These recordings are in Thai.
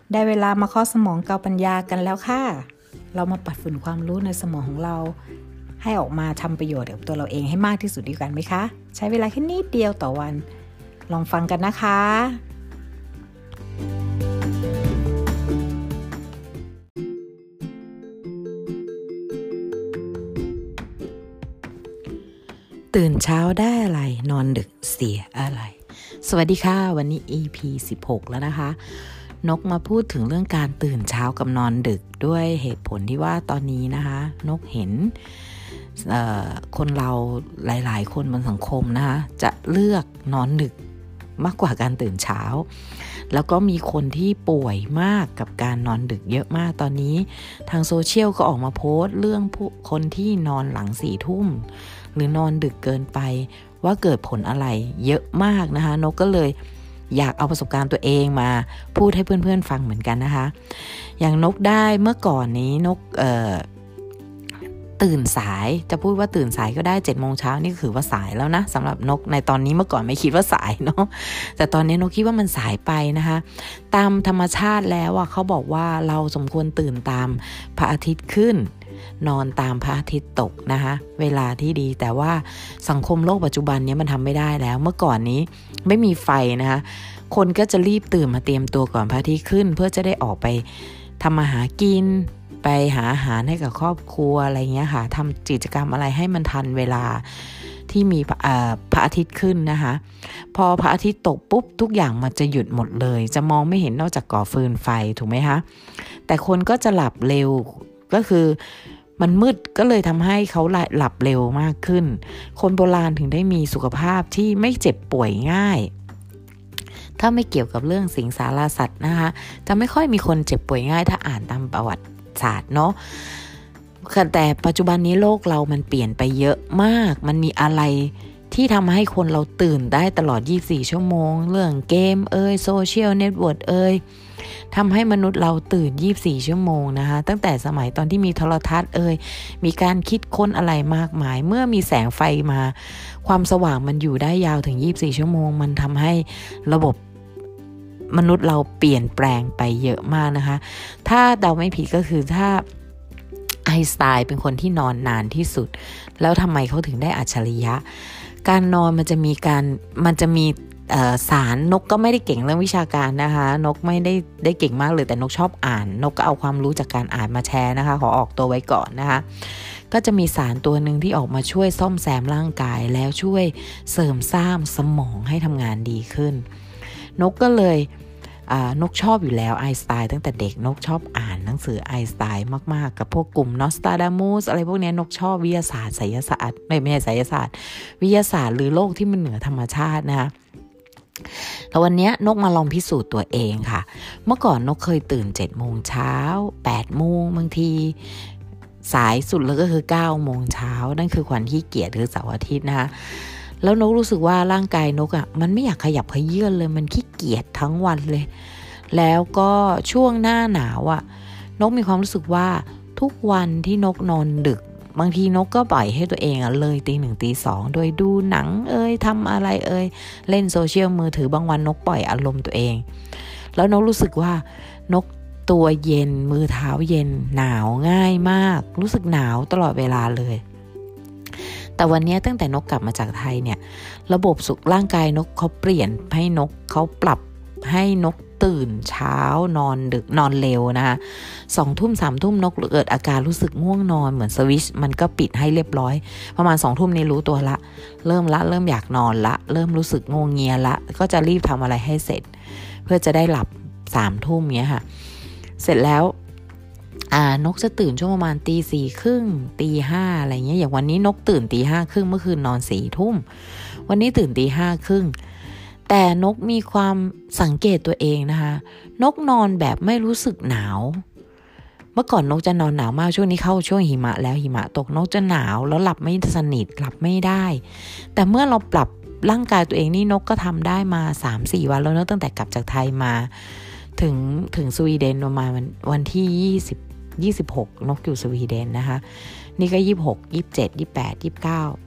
ได้เวลามาเคาะสมองเกาปัญญากันแล้วค่ะเรามาปัดฝุ่นความรู้ในสมองของเราให้ออกมาทำประโยชน์กับตัวเราเองให้มากที่สุดดีกันไหมคะใช้เวลาแค่นิดเดียวต่อวันลองฟังกันนะคะตื่นเช้าได้อะไรนอนดึกเสียอะไรสวัสดีค่ะวันนี้ EP 16แล้วนะคะนกมาพูดถึงเรื่องการตื่นเช้ากับนอนดึกด้วยเหตุผลที่ว่าตอนนี้นะคะนกเห็นคนเราหลายๆคนบนสังคมนะคะจะเลือกนอนดึกมากกว่าการตื่นเช้าแล้วก็มีคนที่ป่วยมากกับการนอนดึกเยอะมากตอนนี้ทางโซเชียลก็ออกมาโพสต์เรื่องคนที่นอนหลัง4 ทุ่มหรือนอนดึกเกินไปว่าเกิดผลอะไรเยอะมากนะคะนกก็เลยอยากเอาประสบการณ์ตัวเองมาพูดให้เพื่อนๆฟังเหมือนกันนะคะอย่างนกได้เมื่อก่อนนี้นกตื่นสายจะพูดว่าตื่นสายก็ได้7 โมงเช้านี่คือว่าสายแล้วนะสำหรับนกในตอนนี้เมื่อก่อนไม่คิดว่าสายเนาะแต่ตอนนี้นกคิดว่ามันสายไปนะคะตามธรรมชาติแล้วเขาบอกว่าเราสมควรตื่นตามพระอาทิตย์ขึ้นนอนตามพระอาทิตย์ตกนะคะเวลาที่ดีแต่ว่าสังคมโลกปัจจุบันนี้มันทำไม่ได้แล้วเมื่อก่อนนี้ไม่มีไฟนะคะคนก็จะรีบตื่นมาเตรียมตัวก่อนพระอาทิตย์ขึ้นเพื่อจะได้ออกไปทำมาหากินไปหาอาหารให้กับครอบครัวอะไรเงี้ยค่ะทำกิจกรรมอะไรให้มันทันเวลาที่มีพระอาทิตย์ขึ้นนะคะพอพระอาทิตย์ตกปุ๊บทุกอย่างมันจะหยุดหมดเลยจะมองไม่เห็นนอกจากก่อฟืนไฟถูกไหมคะแต่คนก็จะหลับเร็วก็คือมันมืดก็เลยทำให้เขาหลับเร็วมากขึ้นคนโบราณถึงได้มีสุขภาพที่ไม่เจ็บป่วยง่ายถ้าไม่เกี่ยวกับเรื่องสิงสารสัตว์นะคะจะไม่ค่อยมีคนเจ็บป่วยง่ายถ้าอ่านตามประวัติศาสตร์เนาะแต่ปัจจุบันนี้โลกเรามันเปลี่ยนไปเยอะมากมันมีอะไรที่ทำให้คนเราตื่นได้ตลอด24 ชั่วโมงเรื่องเกมโซเชียลเน็ตเวิร์กทำให้มนุษย์เราตื่น24 ชั่วโมงนะคะตั้งแต่สมัยตอนที่มีโทรทัศน์มีการคิดค้นอะไรมากมายเมื่อมีแสงไฟมาความสว่างมันอยู่ได้ยาวถึง24 ชั่วโมงมันทำให้ระบบมนุษย์เราเปลี่ยนแปลงไปเยอะมากนะคะถ้าเดาไม่ผิดก็คือถ้าไอน์สไตน์เป็นคนที่นอนนานที่สุดแล้วทำไมเขาถึงได้อัจฉริยะการนอนมันจะมีสารนกก็ไม่ได้เก่งเรื่องวิชาการนะคะนกไม่ได้เก่งมากเลยแต่นกชอบอ่านนกก็เอาความรู้จากการอ่านมาแชร์นะคะขอออกตัวไว้ก่อนนะคะก็จะมีสารตัวหนึ่งที่ออกมาช่วยซ่อมแซมร่างกายแล้วช่วยเสริมสร้างสมองให้ทำงานดีขึ้นนกก็เลยนกชอบอยู่แล้วไอน์สไตน์ตั้งแต่เด็กนกชอบอ่านหนังสือไอน์สไตน์มากๆกับพวกกลุ่มนอสตราดามุสอะไรพวกนี้นกชอบวิทยาศาสตร์ไสยศาสตร์ไม่ใช่ไสยศาสตร์วิทยาศาสตร์หรือโลกที่มันเหนือธรรมชาตินะคะแล้ววันนี้นกมาลองพิสูจน์ตัวเองค่ะเมื่อก่อนนกเคยตื่น7 โมงเช้า8 โมงบางทีสายสุดแล้วก็คือ9 โมงเช้านั่นคือวันขี้เกียจคือเสาร์อาทิตย์นะคะแล้วนกรู้สึกว่าร่างกายนกมันไม่อยากขยับเขยื้อนเลยมันขี้เกียจทั้งวันเลยแล้วก็ช่วงหน้าหนาวนกมีความรู้สึกว่าทุกวันที่นกนอนดึกบางทีนกก็ปล่อยให้ตัวเองเลยตี 1 ตี 2โดยดูหนังทำอะไรเล่นโซเชียลมือถือบางวันนกปล่อยอารมณ์ตัวเองแล้วนกรู้สึกว่านกตัวเย็นมือเท้าเย็นหนาวง่ายมากรู้สึกหนาวตลอดเวลาเลยแต่วันนี้ตั้งแต่นกกลับมาจากไทยเนี่ยระบบสุขร่างกายนกเขาเปลี่ยนให้นกเขาปรับให้นกตื่นเช้านอนดึกนอนเร็วนะคะ2 ทุ่ม3 ทุ่มนกเกิดอาการรู้สึกง่วงนอนเหมือนสวิตช์มันก็ปิดให้เรียบร้อยประมาณ2 ทุ่มนี้รู้ตัวละเริ่มอยากนอนละเริ่มรู้สึกงวงเงียละก็จะรีบทำอะไรให้เสร็จเพื่อจะได้หลับ3 ทุ่มเงี้ยค่ะเสร็จแล้วนกจะตื่นช่วงประมาณตี 4 ครึ่งตี 5อะไรเงี้ยอย่างวันนี้นกตื่นตี 5 ครึ่งเมื่อคืนนอน 4 ทุ่มวันนี้ตื่นตี 5 ครึ่งแต่นกมีความสังเกตตัวเองนะคะนกนอนแบบไม่รู้สึกหนาวเมื่อก่อนนกจะนอนหนาวมากช่วงนี้เข้าช่วงหิมะแล้วหิมะตกนกจะหนาวแล้วหลับไม่สนิทหลับไม่ได้แต่เมื่อเราปรับร่างกายตัวเองนี่นกก็ทำได้มา 3-4 วันแล้วเนอะตั้งแต่กลับจากไทยมาถึงสวีเดนประมาณวันที่26นกอยู่สวีเดนนะคะนี่ก็26 27 28 29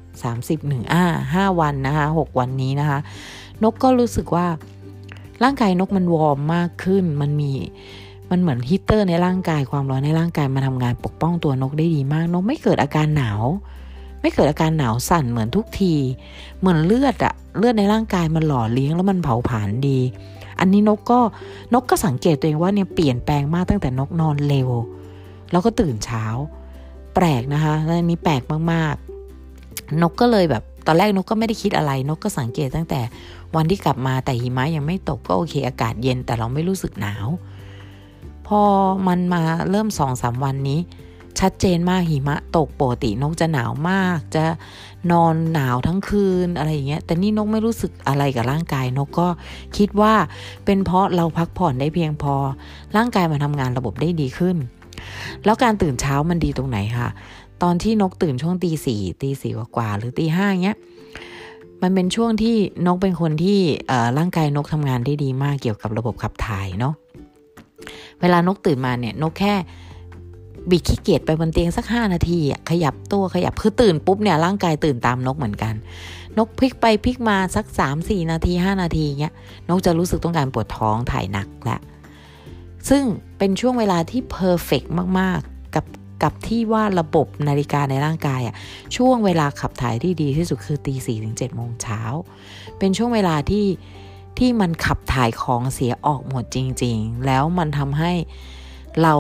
30 5 วันนะคะ6 วันนี้นะคะนกก็รู้สึกว่าร่างกายนกมันวอร์มมากขึ้นมันมีมันเหมือนฮีตเตอร์ในร่างกายความร้อนในร่างกายมาทำงานปกป้องตัวนกได้ดีมากนกไม่เกิดอาการหนาวสั่นเหมือนทุกทีเหมือนเลือดในร่างกายมันหล่อเลี้ยงแล้วมันเผาผลาญดีอันนี้นกก็สังเกตตัวเองว่าเนี่ยเปลี่ยนแปลงมากตั้งแต่นกนอนเร็วแล้วก็ตื่นเช้าแปลกนะคะอันนี้แปลกมากๆนกก็เลยแบบตอนแรกนกก็ไม่ได้คิดอะไรนกก็สังเกตตั้งแต่วันที่กลับมาแต่หิมะยังไม่ตกก็โอเคอากาศเย็นแต่เราไม่รู้สึกหนาวพอมันมาเริ่ม 2-3 วันนี้ชัดเจนมากหิมะตกปกตินกจะหนาวมากจะนอนหนาวทั้งคืนอะไรอย่างเงี้ยแต่นี่นกไม่รู้สึกอะไรกับร่างกายนกก็คิดว่าเป็นเพราะเราพักผ่อนได้เพียงพอร่างกายมันทำงานระบบได้ดีขึ้นแล้วการตื่นเช้ามันดีตรงไหนคะตอนที่นกตื่นช่วงตีสี่กว่าหรือตีห้าเงี้ยมันเป็นช่วงที่นกเป็นคนที่ร่างกายนกทำงานได้ดีมากเกี่ยวกับระบบขับถ่ายเนาะเวลานกตื่นมาเนี่ยนกแค่บิดขี้เกียจไปบนเตียงสัก5 นาทีขยับตัวคือตื่นปุ๊บเนี่ยร่างกายตื่นตามนกเหมือนกันนกพลิกไปพลิกมาสัก 3-4 นาที5 นาทีเงี้ยนกจะรู้สึกต้องการปวดท้องถ่ายหนักและซึ่งเป็นช่วงเวลาที่เพอร์เฟกต์มากๆกับที่ว่าระบบนาฬิกาในร่างกายช่วงเวลาขับถ่ายที่ดีที่สุดคือ 4:00 ถึง 7:00 น.เป็นช่วงเวลาที่มันขับถ่ายของเสียออกหมดจริงๆแล้วมันทำให้เรา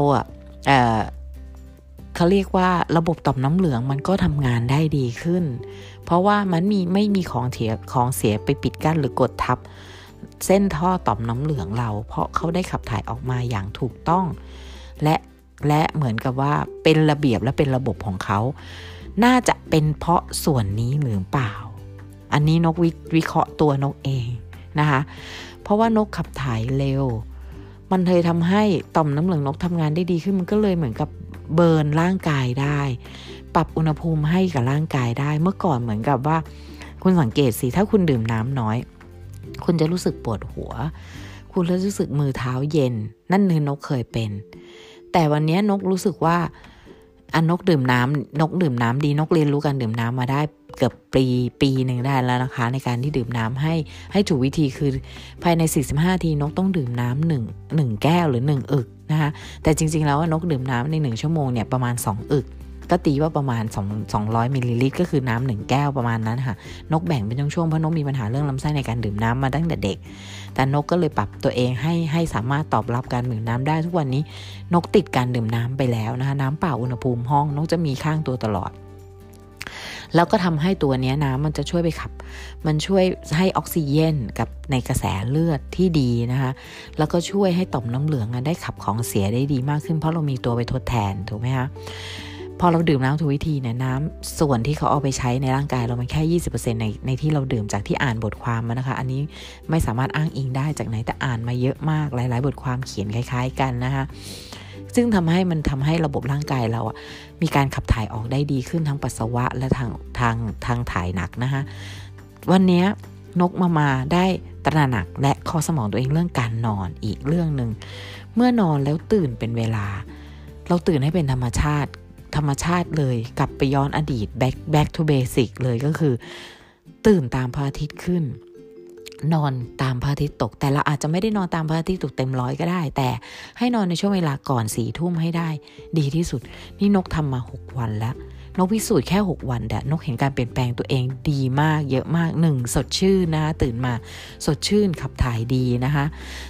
เขาเรียกว่าระบบต่อมน้ำเหลืองมันก็ทำงานได้ดีขึ้นเพราะว่ามันไม่มีของเสียไปปิดกั้นหรือกดทับเส้นท่อต่อมน้ำเหลืองเราเพราะเขาได้ขับถ่ายออกมาอย่างถูกต้องและเหมือนกับว่าเป็นระเบียบและเป็นระบบของเขาน่าจะเป็นเพราะส่วนนี้หรือเปล่าอันนี้นกวิเคราะห์ตัวนกเองนะคะเพราะว่านกขับถ่ายเร็วมันเลยทำให้ต่อมน้ำเหลืองนกทำงานได้ดีขึ้นมันก็เลยเหมือนกับเบิร์นร่างกายได้ปรับอุณหภูมิให้กับร่างกายได้เมื่อก่อนเหมือนกับว่าคุณสังเกตสิถ้าคุณดื่มน้ำน้อยคุณจะรู้สึกปวดหัวคุณรู้สึกมือเท้าเย็นนั่นคือนกเคยเป็นแต่วันนี้นกรู้สึกว่านกดื่มน้ำดีนกเรียนรู้การดื่มน้ำมาได้เกือบปีนึงได้แล้วนะคะในการที่ดื่มน้ำให้ถูกวิธีคือภายใน45 นาทีนกต้องดื่มน้ำ1แก้วหรือ1อึกนะคะแต่จริงๆแล้วนกดื่มน้ำใน1ชั่วโมงเนี่ยประมาณ2อึกก็ตีว่าประมาณ200 มิลลิลิตรก็คือน้ำ1แก้วประมาณนั้นค่ะนกแบ่งเป็นช่วงๆเพราะนกมีปัญหาเรื่องลำไส้ในการดื่มน้ำมาตั้งแต่เด็กแต่นกก็เลยปรับตัวเองให้สามารถตอบรับการดื่มน้ำได้ทุกวันนี้นกติดการดื่มน้ำไปแล้วนะคะน้ำเปล่าอุณหภูมิห้องนกจะมีข้างตัวตลอดแล้วก็ทำให้ตัวนี้น้ำมันจะช่วยไปขับมันช่วยให้ออกซิเจนกับในกระแสเลือดที่ดีนะคะแล้วก็ช่วยให้ต่อมน้ำเหลืองได้ขับของเสียได้ดีมากขึ้นเพราะเรามีตัวไปทดแทนถูกไหมคะพอเราดื่มน้ำถูกวิธีเนี่ยน้ำส่วนที่เขาเอาไปใช้ในร่างกายเรามันแค่ 20% ในที่เราดื่มจากที่อ่านบทความมานะคะอันนี้ไม่สามารถอ้างอิงได้จากไหนแต่อ่านมาเยอะมากหลายๆบทความเขียนคล้ายๆกันนะคะซึ่งทำให้ระบบร่างกายเรามีการขับถ่ายออกได้ดีขึ้นทั้งปัสสาวะและทางถ่ายหนักนะคะวันนี้นกมาได้ตระหนักและข้อสมองตัวเองเรื่องการนอนอีกเรื่องนึงเมื่อนอนแล้วตื่นเป็นเวลาเราตื่นให้เป็นธรรมชาติเลยกลับไปย้อนอดีต back to basic เลยก็คือตื่นตามพระอาทิตย์ขึ้นนอนตามพระอาทิตย์ตกแต่เราอาจจะไม่ได้นอนตามพระอาทิตย์ตกเต็ม100ก็ได้แต่ให้นอนในช่วงเวลาก่อน4 ทุ่มให้ได้ดีที่สุดนี่นกทำมา6 วันแล้วนกพิสูจน์แค่6 วันแต่นกเห็นการเปลี่ยนแปลงตัวเองดีมากเยอะมาก1สดชื่นนะคะตื่นมาสดชื่นขับถ่ายดีนะคะ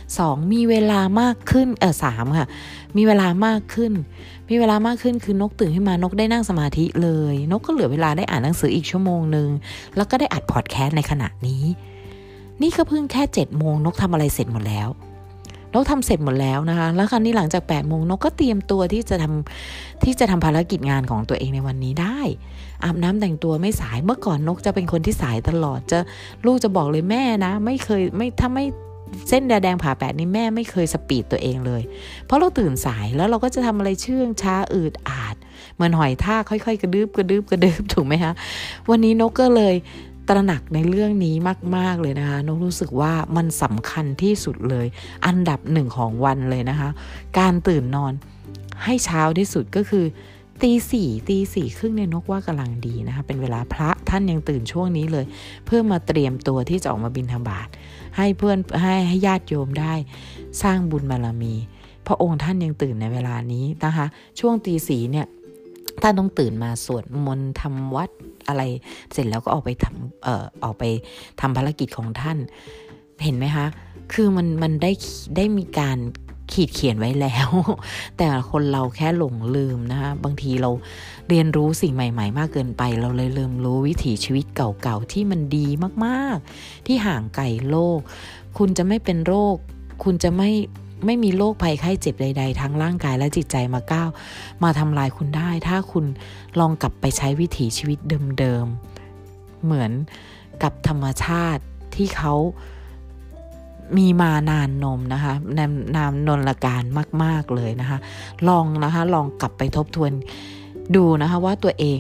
2มีเวลามากขึ้น3ค่ะมีเวลามากขึ้นคือนกตื่นขึ้นมานกได้นั่งสมาธิเลยนกก็เหลือเวลาได้อ่านหนังสืออีกชั่วโมงนึงแล้วก็ได้อัดพอดแคสต์ในขณะนี้นี่ก็เพิ่งแค่7 โมงนกทำอะไรเสร็จหมดแล้วนกทำเสร็จหมดแล้วนะคะแล้วคราวนี้หลังจาก8 โมงนกก็เตรียมตัวที่จะทำภารกิจงานของตัวเองในวันนี้ได้อาบน้ำแต่งตัวไม่สายเมื่อก่อนนกจะเป็นคนที่สายตลอดลูกจะบอกเลยแม่นะถ้าไม่เส้นแดงผ่าแปดนี่แม่ไม่เคยสปีดตัวเองเลยเพราะเราตื่นสายแล้วเราก็จะทำอะไรเชื่องช้าอืดอาดเหมือนหอยทากค่อยๆกระดืบถูกไหมคะวันนี้นกก็เลยตระหนักในเรื่องนี้มากๆเลยนะคะนกรู้สึกว่ามันสำคัญที่สุดเลยอันดับ1ของวันเลยนะคะการตื่นนอนให้เช้าที่สุดก็คือตีสี่ครึ่งเนี่ยนกว่ากำลังดีนะคะเป็นเวลาพระท่านยังตื่นช่วงนี้เลยเพื่อมาเตรียมตัวที่จะออกมาบิณฑบาตให้เพื่อนให้ญาติโยมได้สร้างบุญบารมีพระองค์ท่านยังตื่นในเวลานี้นะคะช่วงตีสี่เนี่ยท่านต้องตื่นมาสวดมนต์ทำวัดอะไรเสร็จแล้วก็ออกไปทำภารกิจของท่านเห็นไหมคะคือมันได้มีการขีดเขียนไว้แล้วแต่คนเราแค่หลงลืมนะคะบางทีเราเรียนรู้สิ่งใหม่ๆมากเกินไปเราเลยลืมรู้วิถีชีวิตเก่าๆที่มันดีมากๆที่ห่างไกลโลกคุณจะไม่เป็นโรคคุณจะไม่มีโรคภัยไข้เจ็บใดๆทั้งร่างกายและจิตใจมาทำลายคุณได้ถ้าคุณลองกลับไปใช้วิถีชีวิตเดิมๆเหมือนกับธรรมชาติที่เขามีมานานนมนะคะนามนนการมากๆเลยนะคะลองกลับไปทบทวนดูนะคะว่าตัวเอง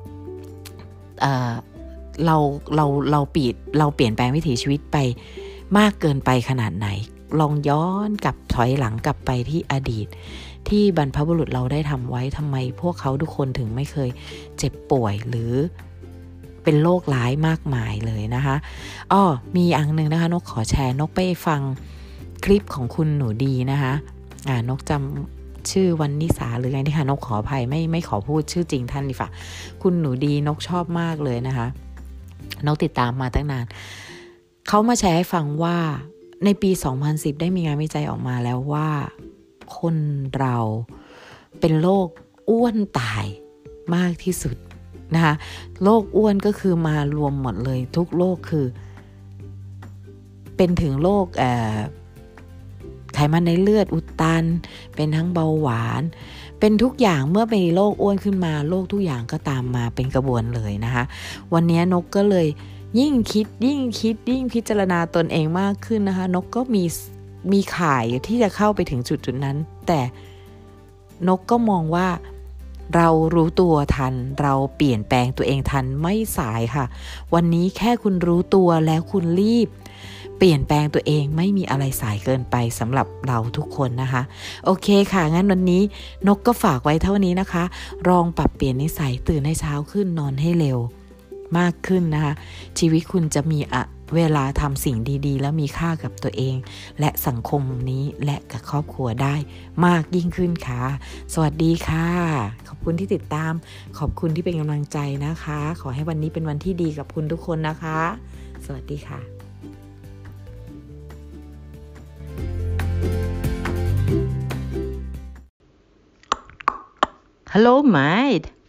เราเปลี่ยนแปลงวิถีชีวิตไปมากเกินไปขนาดไหนลองย้อนกลับถอยหลังกลับไปที่อดีตที่บรรพบุรุษเราได้ทำไว้ทำไมพวกเขาทุกคนถึงไม่เคยเจ็บป่วยหรือเป็นโรคร้ายมากมายเลยนะคะมีอันนึงนะคะนกขอแชร์นกไปฟังคลิปของคุณหนูดีนะคะนกจำชื่อวันนิสาหรือไงที่ค่ะนกขออภัยไม่ขอพูดชื่อจริงท่านดีฝ่าคุณหนูดีนกชอบมากเลยนะคะนกติดตามมาตั้งนานเขามาแชร์ให้ฟังว่าในปี 2010 ได้มีงานวิจัยออกมาแล้วว่าคนเราเป็นโรคอ้วนตายมากที่สุดนะคะโรคอ้วนก็คือมารวมหมดเลยทุกโรคคือเป็นถึงโรคไขมันในเลือดอุดตันเป็นทั้งเบาหวานเป็นทุกอย่างเมื่อเป็นโรคอ้วนขึ้นมาโรคทุกอย่างก็ตามมาเป็นกระบวนเลยนะคะวันนี้นกก็เลยยิ่งคิดยิ่งพิจารณาตนเองมากขึ้นนะคะนกก็มีข่ายที่จะเข้าไปถึงจุดนั้นแต่นกก็มองว่าเรารู้ตัวทันเราเปลี่ยนแปลงตัวเองทันไม่สายค่ะวันนี้แค่คุณรู้ตัวแล้วคุณรีบเปลี่ยนแปลงตัวเองไม่มีอะไรสายเกินไปสำหรับเราทุกคนนะคะโอเคค่ะงั้นวันนี้นกก็ฝากไว้เท่านี้นะคะลองปรับเปลี่ยนนิสัยตื่นให้เช้าขึ้นนอนให้เร็วมากขึ้นนะคะชีวิตคุณจะมีเวลาทำสิ่งดีๆแล้วมีค่ากับตัวเองและสังคมนี้และกับครอบครัวได้มากยิ่งขึ้นค่ะสวัสดีค่ะขอบคุณที่ติดตามขอบคุณที่เป็นกำลังใจนะคะขอให้วันนี้เป็นวันที่ดีกับคุณทุกคนนะคะสวัสดีค่ะ Hello, mate.